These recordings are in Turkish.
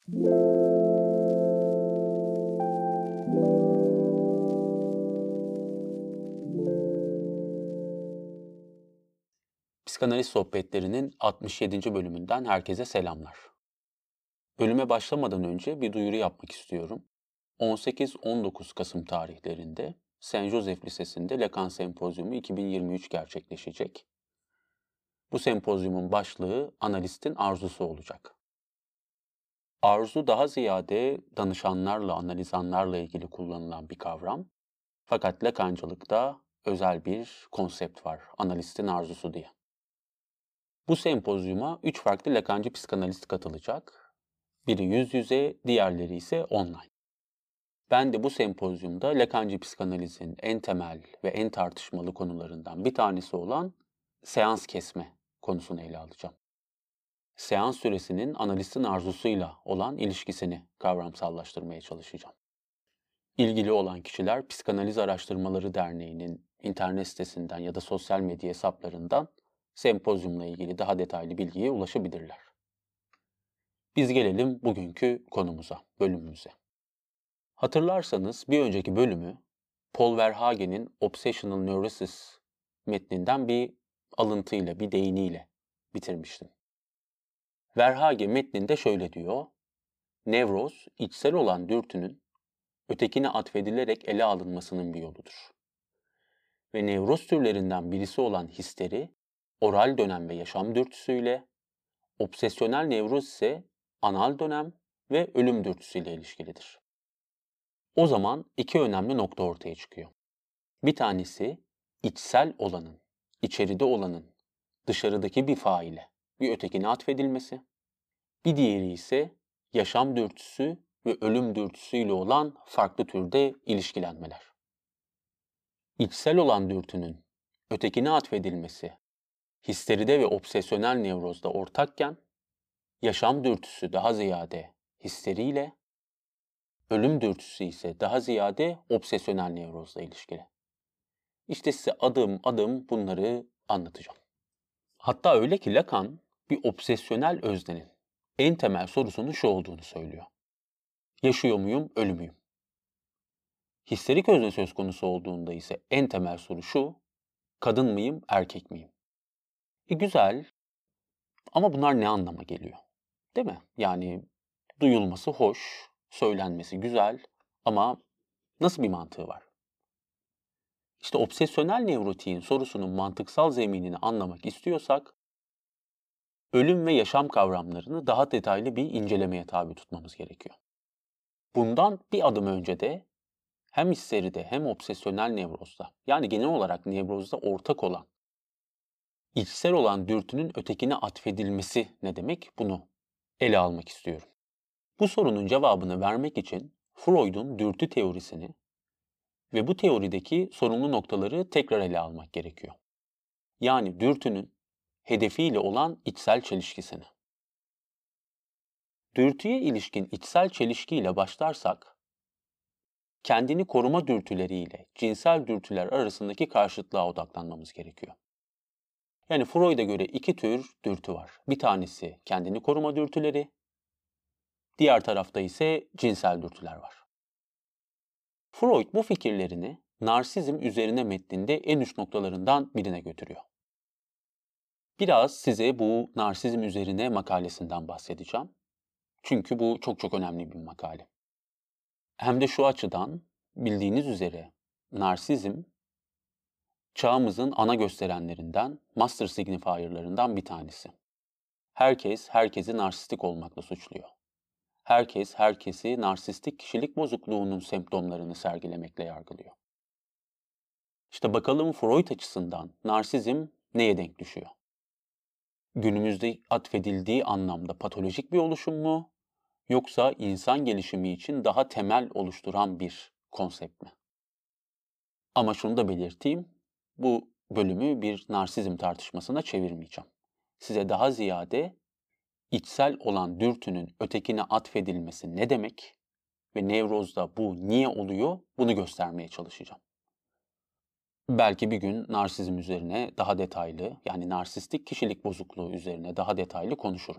Psikanaliz Sohbetleri'nin 67. bölümünden herkese selamlar. Bölüme başlamadan önce bir duyuru yapmak istiyorum. 18-19 Kasım tarihlerinde Saint Joseph Lisesi'nde Lacan Sempozyumu 2023 gerçekleşecek. Bu sempozyumun başlığı analistin arzusu olacak. Arzu daha ziyade danışanlarla, analizanlarla ilgili kullanılan bir kavram. Fakat Lacancılıkta özel bir konsept var, analistin arzusu diye. Bu sempozyuma 3 farklı Lacancı psikanalist katılacak. Biri yüz yüze, diğerleri ise online. Ben de bu sempozyumda Lacancı psikanalizin en temel ve en tartışmalı konularından bir tanesi olan seans kesme konusunu ele alacağım. Seans süresinin analistin arzusuyla olan ilişkisini kavramsallaştırmaya çalışacağım. İlgili olan kişiler Psikanaliz Araştırmaları Derneği'nin internet sitesinden ya da sosyal medya hesaplarından sempozyumla ilgili daha detaylı bilgiye ulaşabilirler. Biz gelelim bugünkü konumuza, bölümümüze. Hatırlarsanız bir önceki bölümü Paul Verhagen'in Obsessional Neurosis metninden bir alıntıyla, bir değiniyle bitirmiştim. Verhagen metninde şöyle diyor: Nevroz, içsel olan dürtünün ötekine atfedilerek ele alınmasının bir yoludur. Ve nevroz türlerinden birisi olan histeri, oral dönem ve yaşam dürtüsüyle, obsesyonel nevroz ise anal dönem ve ölüm dürtüsüyle ilişkilidir. O zaman iki önemli nokta ortaya çıkıyor. Bir tanesi içsel olanın, içeride olanın dışarıdaki bir faile, bir ötekine atfedilmesi. Bir diğeri ise yaşam dürtüsü ve ölüm dürtüsüyle olan farklı türde ilişkilenmeler. İçsel olan dürtünün ötekine atfedilmesi histeride ve obsesyonel nevrozda ortakken, yaşam dürtüsü daha ziyade histeriyle, ölüm dürtüsü ise daha ziyade obsesyonel nevrozla ilişkili. İşte size adım adım bunları anlatacağım. Hatta öyle ki Lacan bir obsesyonel öznenin en temel sorusunun şu olduğunu söylüyor: yaşıyor muyum, ölü müyüm? Histerik özne söz konusu olduğunda ise en temel soru şu: kadın mıyım, erkek miyim? Güzel ama bunlar ne anlama geliyor? Değil mi? Yani duyulması hoş, söylenmesi güzel ama nasıl bir mantığı var? İşte obsesyonel nevrotiğin sorusunun mantıksal zeminini anlamak istiyorsak, ölüm ve yaşam kavramlarını daha detaylı bir incelemeye tabi tutmamız gerekiyor. Bundan bir adım önce de hem histeride hem obsesyonel nevrozda, yani genel olarak nevrozda ortak olan, içsel olan dürtünün ötekine atfedilmesi ne demek, bunu ele almak istiyorum. Bu sorunun cevabını vermek için Freud'un dürtü teorisini ve bu teorideki sorunlu noktaları tekrar ele almak gerekiyor. Yani dürtünün hedefiyle olan içsel çelişkisini. Dürtüye ilişkin içsel çelişkiyle başlarsak, kendini koruma dürtüleriyle cinsel dürtüler arasındaki karşıtlığa odaklanmamız gerekiyor. Yani Freud'a göre iki tür dürtü var. Bir tanesi kendini koruma dürtüleri, diğer tarafta ise cinsel dürtüler var. Freud bu fikirlerini narsizm üzerine metninde en uç noktalarından birine götürüyor. Biraz size bu narsizm üzerine makalesinden bahsedeceğim. Çünkü bu çok önemli bir makale. Hem de şu açıdan, bildiğiniz üzere narsizm çağımızın ana gösterenlerinden, master signifier'larından bir tanesi. Herkes herkesi narsistik olmakla suçluyor. Herkes herkesi narsistik kişilik bozukluğunun semptomlarını sergilemekle yargılıyor. İşte bakalım Freud açısından narsizm neye denk düşüyor? Günümüzde atfedildiği anlamda patolojik bir oluşum mu, yoksa insan gelişimi için daha temel oluşturan bir konsept mi? Ama şunu da belirteyim, bu bölümü bir narsizm tartışmasına çevirmeyeceğim. Size daha ziyade içsel olan dürtünün ötekine atfedilmesi ne demek ve nevrozda bu niye oluyor, bunu göstermeye çalışacağım. Belki bir gün narsizm üzerine daha detaylı, yani narsistik kişilik bozukluğu üzerine daha detaylı konuşurum.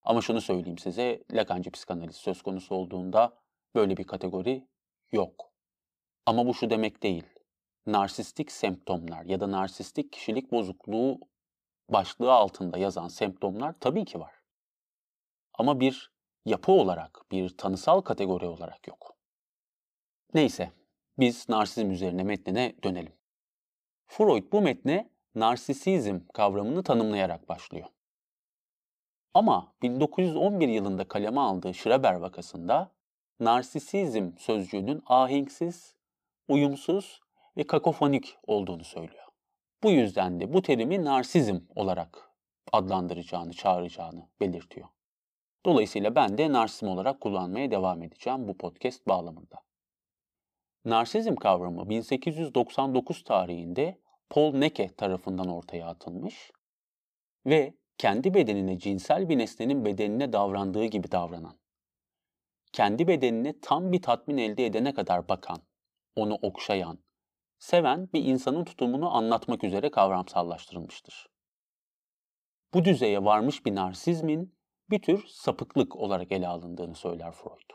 Ama şunu söyleyeyim size, Lacancı psikanaliz söz konusu olduğunda böyle bir kategori yok. Ama bu şu demek değil. Narsistik semptomlar ya da narsistik kişilik bozukluğu başlığı altında yazan semptomlar tabii ki var. Ama bir yapı olarak, bir tanısal kategori olarak yok. Neyse, biz narsizm üzerine metnine dönelim. Freud bu metne narsisizm kavramını tanımlayarak başlıyor. Ama 1911 yılında kaleme aldığı Schreber vakasında narsisizm sözcüğünün ahenksiz, uyumsuz ve kakofonik olduğunu söylüyor. Bu yüzden de bu terimi narsizm olarak adlandıracağını, çağıracağını belirtiyor. Dolayısıyla ben de narsizm olarak kullanmaya devam edeceğim bu podcast bağlamında. Narsizm kavramı 1899 tarihinde Paul Necke tarafından ortaya atılmış ve kendi bedenine cinsel bir nesnenin bedenine davrandığı gibi davranan, kendi bedenine tam bir tatmin elde edene kadar bakan, onu okşayan, seven bir insanın tutumunu anlatmak üzere kavramsallaştırılmıştır. Bu düzeye varmış bir narsizmin bir tür sapıklık olarak ele alındığını söyler Freud.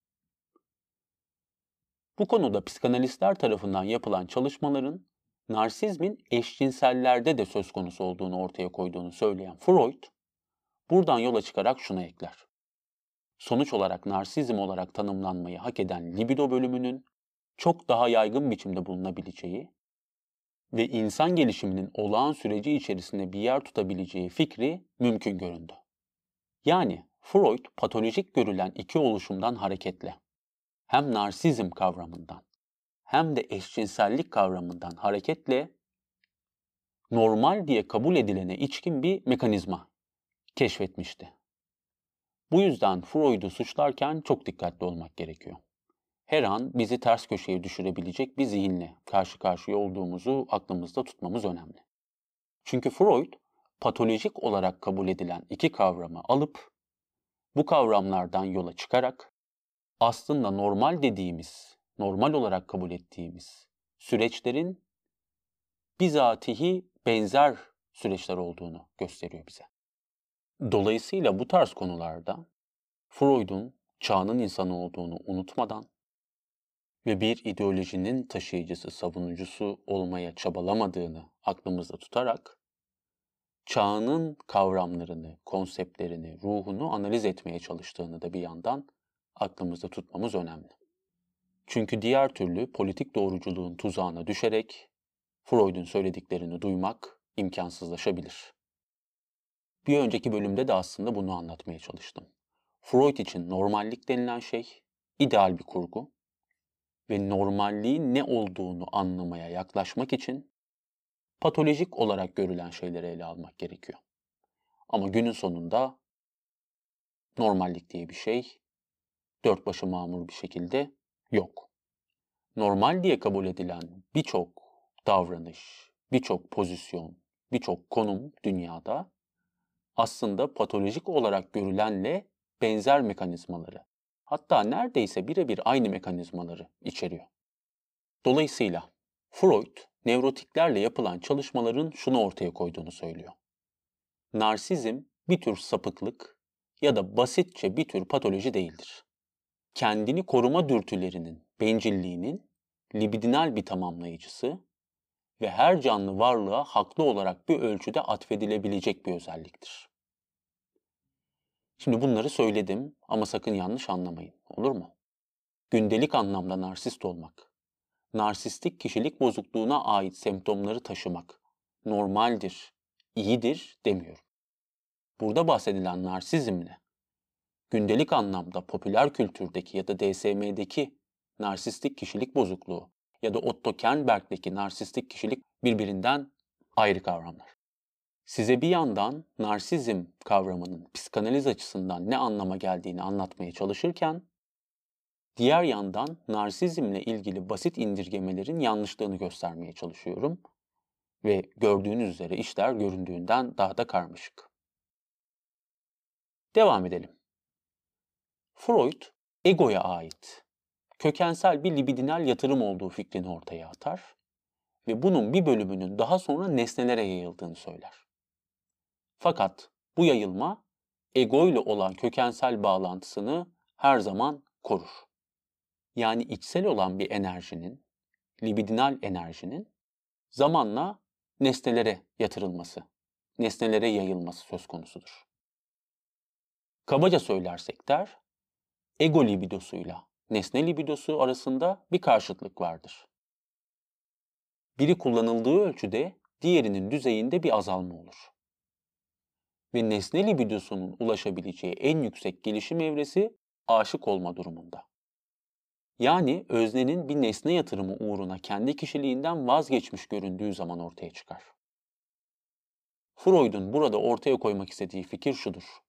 Bu konuda psikanalistler tarafından yapılan çalışmaların narsizmin eşcinsellerde de söz konusu olduğunu ortaya koyduğunu söyleyen Freud, buradan yola çıkarak şunu ekler. Sonuç olarak narsizm olarak tanımlanmayı hak eden libido bölümünün çok daha yaygın biçimde bulunabileceği ve insan gelişiminin olağan süreci içerisinde bir yer tutabileceği fikri mümkün göründü. Yani Freud patolojik görülen iki oluşumdan hareketle hem narsizm kavramından hem de eşcinsellik kavramından hareketle normal diye kabul edilene içkin bir mekanizma keşfetmişti. Bu yüzden Freud'u suçlarken çok dikkatli olmak gerekiyor. Her an bizi ters köşeye düşürebilecek bir zihinle karşı karşıya olduğumuzu aklımızda tutmamız önemli. Çünkü Freud, patolojik olarak kabul edilen iki kavramı alıp, bu kavramlardan yola çıkarak, aslında normal dediğimiz, normal olarak kabul ettiğimiz süreçlerin bizatihi benzer süreçler olduğunu gösteriyor bize. Dolayısıyla bu tarz konularda Freud'un çağının insanı olduğunu unutmadan ve bir ideolojinin taşıyıcısı, savunucusu olmaya çabalamadığını aklımızda tutarak çağının kavramlarını, konseptlerini, ruhunu analiz etmeye çalıştığını da bir yandan aklımızda tutmamız önemli. Çünkü diğer türlü politik doğruculuğun tuzağına düşerek Freud'un söylediklerini duymak imkansızlaşabilir. Bir önceki bölümde de aslında bunu anlatmaya çalıştım. Freud için normallik denilen şey ideal bir kurgu ve normalliğin ne olduğunu anlamaya yaklaşmak için patolojik olarak görülen şeyleri ele almak gerekiyor. Ama günün sonunda normallik diye bir şey dört başı mamur bir şekilde yok. Normal diye kabul edilen birçok davranış, birçok pozisyon, birçok konum dünyada aslında patolojik olarak görülenle benzer mekanizmaları, hatta neredeyse birebir aynı mekanizmaları içeriyor. Dolayısıyla Freud, nevrotiklerle yapılan çalışmaların şunu ortaya koyduğunu söylüyor. Narsizm bir tür sapıklık ya da basitçe bir tür patoloji değildir. Kendini koruma dürtülerinin, bencilliğinin libidinal bir tamamlayıcısı ve her canlı varlığa haklı olarak bir ölçüde atfedilebilecek bir özelliktir. Şimdi bunları söyledim ama sakın yanlış anlamayın, olur mu? Gündelik anlamda narsist olmak, narsistik kişilik bozukluğuna ait semptomları taşımak normaldir, iyidir demiyorum. Burada bahsedilen narsizmle, gündelik anlamda popüler kültürdeki ya da DSM'deki narsistik kişilik bozukluğu ya da Otto Kernberg'deki narsistik kişilik birbirinden ayrı kavramlar. Size bir yandan narsizm kavramının psikanaliz açısından ne anlama geldiğini anlatmaya çalışırken, diğer yandan narsizmle ilgili basit indirgemelerin yanlışlığını göstermeye çalışıyorum ve gördüğünüz üzere işler göründüğünden daha da karmaşık. Devam edelim. Freud, egoya ait, kökensel bir libidinal yatırım olduğu fikrini ortaya atar ve bunun bir bölümünün daha sonra nesnelere yayıldığını söyler. Fakat bu yayılma ego ile olan kökensel bağlantısını her zaman korur. Yani içsel olan bir enerjinin, libidinal enerjinin zamanla nesnelere yatırılması, nesnelere yayılması söz konusudur. Kabaca söylersek der, ego libidosuyla nesne libidosu arasında bir karşıtlık vardır. Biri kullanıldığı ölçüde diğerinin düzeyinde bir azalma olur. Ve nesne libidosunun ulaşabileceği en yüksek gelişim evresi aşık olma durumunda. Yani öznenin bir nesne yatırımı uğruna kendi kişiliğinden vazgeçmiş göründüğü zaman ortaya çıkar. Freud'un burada ortaya koymak istediği fikir şudur.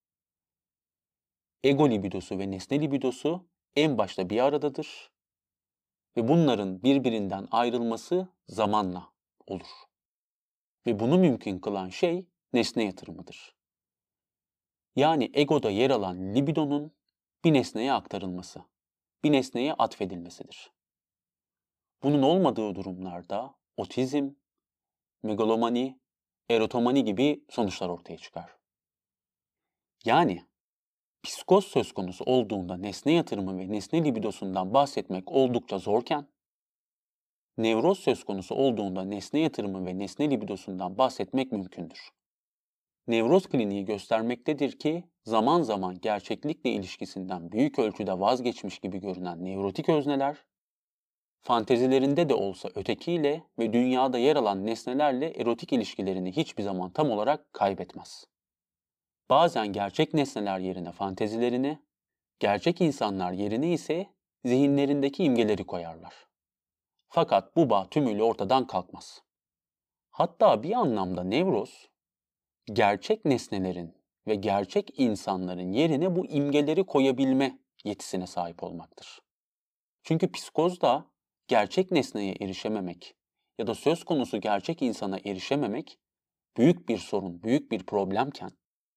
Ego libidosu ve nesne libidosu en başta bir aradadır ve bunların birbirinden ayrılması zamanla olur. Ve bunu mümkün kılan şey nesne yatırımıdır. Yani egoda yer alan libidonun bir nesneye aktarılması, bir nesneye atfedilmesidir. Bunun olmadığı durumlarda otizm, megalomani, erotomani gibi sonuçlar ortaya çıkar. Yani psikoz söz konusu olduğunda nesne yatırımı ve nesne libidosundan bahsetmek oldukça zorken, nevroz söz konusu olduğunda nesne yatırımı ve nesne libidosundan bahsetmek mümkündür. Nevroz kliniği göstermektedir ki zaman zaman gerçeklikle ilişkisinden büyük ölçüde vazgeçmiş gibi görünen nevrotik özneler, fantezilerinde de olsa ötekiyle ve dünyada yer alan nesnelerle erotik ilişkilerini hiçbir zaman tam olarak kaybetmez. Bazen gerçek nesneler yerine fantezilerini, gerçek insanlar yerine ise zihinlerindeki imgeleri koyarlar. Fakat bu bağ tümüyle ortadan kalkmaz. Hatta bir anlamda nevroz, gerçek nesnelerin ve gerçek insanların yerine bu imgeleri koyabilme yetisine sahip olmaktır. Çünkü psikozda gerçek nesneye erişememek ya da söz konusu gerçek insana erişememek büyük bir sorun, büyük bir problemken,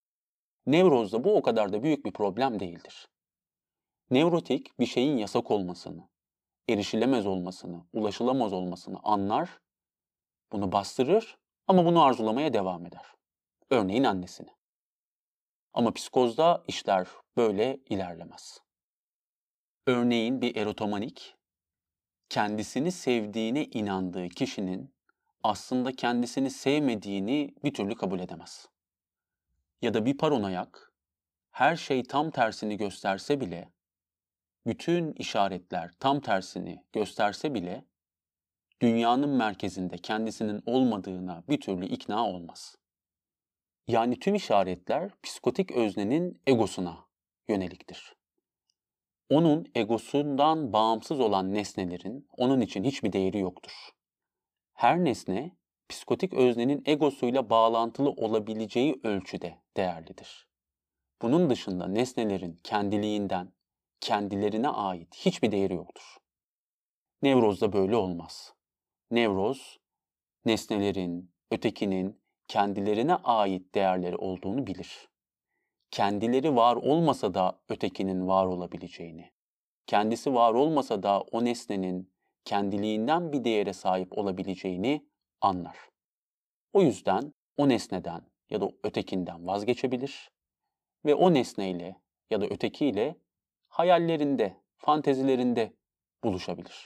nevrozda bu o kadar da büyük bir problem değildir. Nevrotik bir şeyin yasak olmasını, erişilemez olmasını, ulaşılamaz olmasını anlar, bunu bastırır ama bunu arzulamaya devam eder. Örneğin annesini. Ama psikozda işler böyle ilerlemez. Örneğin bir erotomanik, kendisini sevdiğine inandığı kişinin aslında kendisini sevmediğini bir türlü kabul edemez. Ya da bir paranoyak, her şey tam tersini gösterse bile, bütün işaretler tam tersini gösterse bile, dünyanın merkezinde kendisinin olmadığına bir türlü ikna olmaz. Yani tüm işaretler psikotik öznenin egosuna yöneliktir. Onun egosundan bağımsız olan nesnelerin onun için hiçbir değeri yoktur. Her nesne, psikotik öznenin egosuyla bağlantılı olabileceği ölçüde değerlidir. Bunun dışında nesnelerin kendiliğinden, kendilerine ait hiçbir değeri yoktur. Nevrozda böyle olmaz. Nevroz, nesnelerin, ötekinin kendilerine ait değerleri olduğunu bilir. Kendileri var olmasa da ötekinin var olabileceğini, kendisi var olmasa da o nesnenin kendiliğinden bir değere sahip olabileceğini anlar. O yüzden o nesneden ya da ötekinden vazgeçebilir ve o nesneyle ya da ötekiyle hayallerinde, fantezilerinde buluşabilir.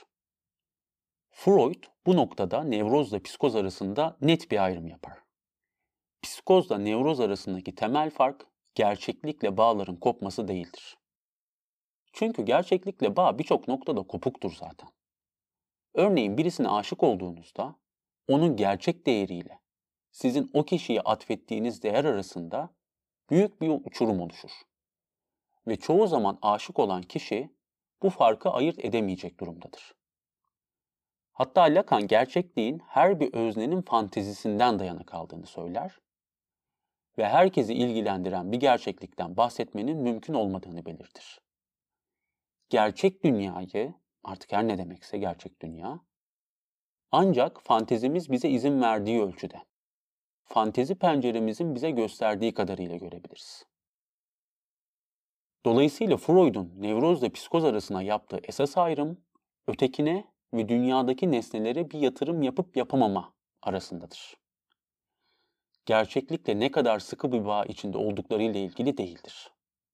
Freud bu noktada nevrozla psikoz arasında net bir ayrım yapar. Psikozla nevroz arasındaki temel fark gerçeklikle bağların kopması değildir. Çünkü gerçeklikle bağ birçok noktada kopuktur zaten. Örneğin birisine aşık olduğunuzda onun gerçek değeriyle sizin o kişiye atfettiğiniz değer arasında büyük bir uçurum oluşur. Ve çoğu zaman aşık olan kişi bu farkı ayırt edemeyecek durumdadır. Hatta Lacan gerçekliğin her bir öznenin fantezisinden dayanık aldığını söyler ve herkesi ilgilendiren bir gerçeklikten bahsetmenin mümkün olmadığını belirtir. Gerçek dünyayı, artık her ne demekse gerçek dünya, ancak fantezimiz bize izin verdiği ölçüde, fantezi penceremizin bize gösterdiği kadarıyla görebiliriz. Dolayısıyla Freud'un nevrozla psikoz arasına yaptığı esas ayrım, ötekine ve dünyadaki nesnelere bir yatırım yapıp yapamama arasındadır. gerçeklikle ne kadar sıkı bir bağ içinde olduklarıyla ilgili değildir.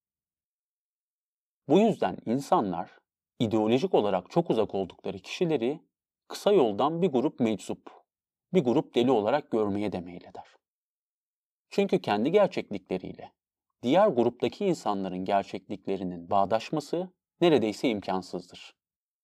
Bu yüzden insanlar ideolojik olarak çok uzak oldukları kişileri kısa yoldan bir grup meczup, bir grup deli olarak görmeye de meyleder. Çünkü kendi gerçeklikleriyle diğer gruptaki insanların gerçekliklerinin bağdaşması neredeyse imkansızdır.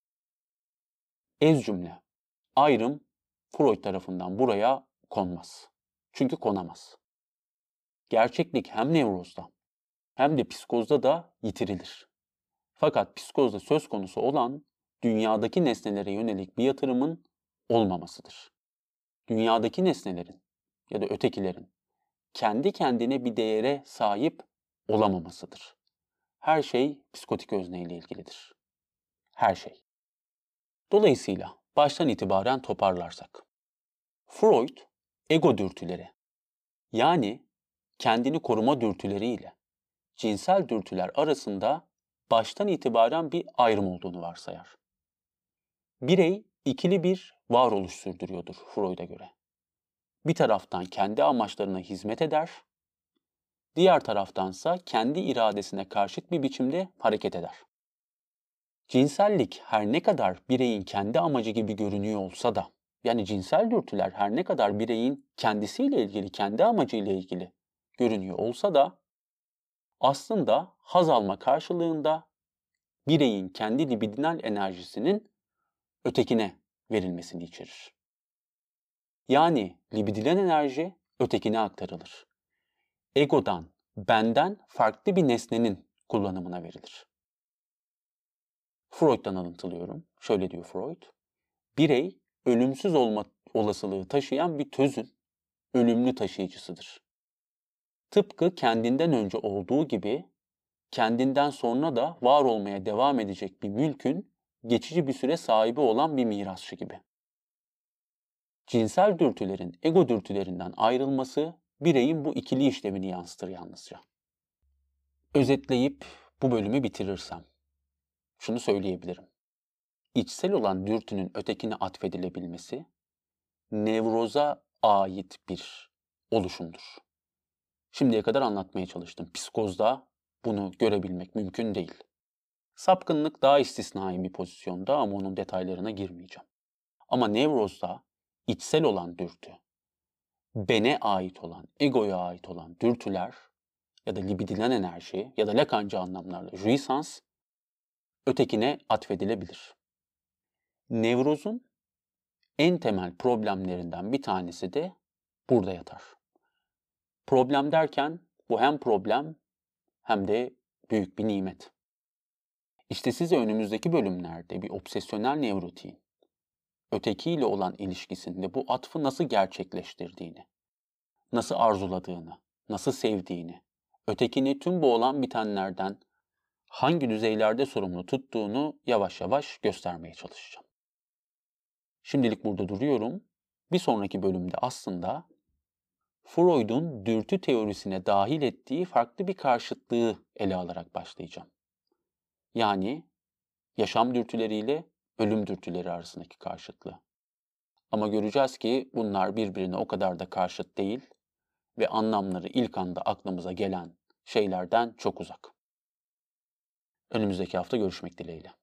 Ez cümle, ayrım Freud tarafından buraya konmaz. Çünkü konamaz. Gerçeklik hem nevrozda hem de psikozda da yitirilir. Fakat psikozda söz konusu olan dünyadaki nesnelere yönelik bir yatırımın olmamasıdır. Dünyadaki nesnelerin ya da ötekilerin kendi kendine bir değere sahip olamamasıdır. Her şey psikotik özneyle ilgilidir. Her şey. Dolayısıyla baştan itibaren toparlarsak, Freud ego dürtüleri, yani kendini koruma dürtüleriyle cinsel dürtüler arasında baştan itibaren bir ayrım olduğunu varsayar. Birey ikili bir varoluş sürdürüyordur Freud'a göre. Bir taraftan kendi amaçlarına hizmet eder, diğer taraftansa kendi iradesine karşıt bir biçimde hareket eder. Cinsellik her ne kadar bireyin kendi amacı gibi görünüyor olsa da, yani cinsel dürtüler her ne kadar bireyin kendisiyle ilgili, kendi amacıyla ilgili görünüyor olsa da, aslında haz alma karşılığında bireyin kendi libidinal enerjisinin ötekine verilmesini içerir. Yani libidinal enerji ötekine aktarılır. Egodan, benden farklı bir nesnenin kullanımına verilir. Freud'dan alıntılıyorum. Şöyle diyor Freud. Birey, ölümsüz olma olasılığı taşıyan bir tözün ölümlü taşıyıcısıdır. Tıpkı kendinden önce olduğu gibi, kendinden sonra da var olmaya devam edecek bir mülkün geçici bir süre sahibi olan bir mirasçı gibi. Cinsel dürtülerin ego dürtülerinden ayrılması bireyin bu ikili işlevini yansıtır yalnızca. Özetleyip bu bölümü bitirirsem şunu söyleyebilirim. İçsel olan dürtünün ötekine atfedilebilmesi nevroza ait bir oluşumdur. Şimdiye kadar anlatmaya çalıştım. Psikozda bunu görebilmek mümkün değil. Sapkınlık daha istisnai bir pozisyonda ama onun detaylarına girmeyeceğim. Ama nevrozda içsel olan dürtü, bene ait olan, egoya ait olan dürtüler ya da libidinal enerji ya da Lacancı anlamlarla jouissance ötekine atfedilebilir. Nevrozun en temel problemlerinden bir tanesi de burada yatar. Problem derken bu hem problem hem de büyük bir nimet. İşte size önümüzdeki bölümlerde bir obsesyonel nevrotiğin ötekiyle olan ilişkisinde bu atfı nasıl gerçekleştirdiğini, nasıl arzuladığını, nasıl sevdiğini, ötekini tüm bu olan bitenlerden hangi düzeylerde sorumlu tuttuğunu yavaş yavaş göstermeye çalışacağım. Şimdilik burada duruyorum. Bir sonraki bölümde aslında Freud'un dürtü teorisine dahil ettiği farklı bir karşıtlığı ele alarak başlayacağım. Yani yaşam dürtüleriyle ölüm dürtüleri arasındaki karşıtlığı. Ama göreceğiz ki bunlar birbirine o kadar da karşıt değil ve anlamları ilk anda aklımıza gelen şeylerden çok uzak. Önümüzdeki hafta görüşmek dileğiyle.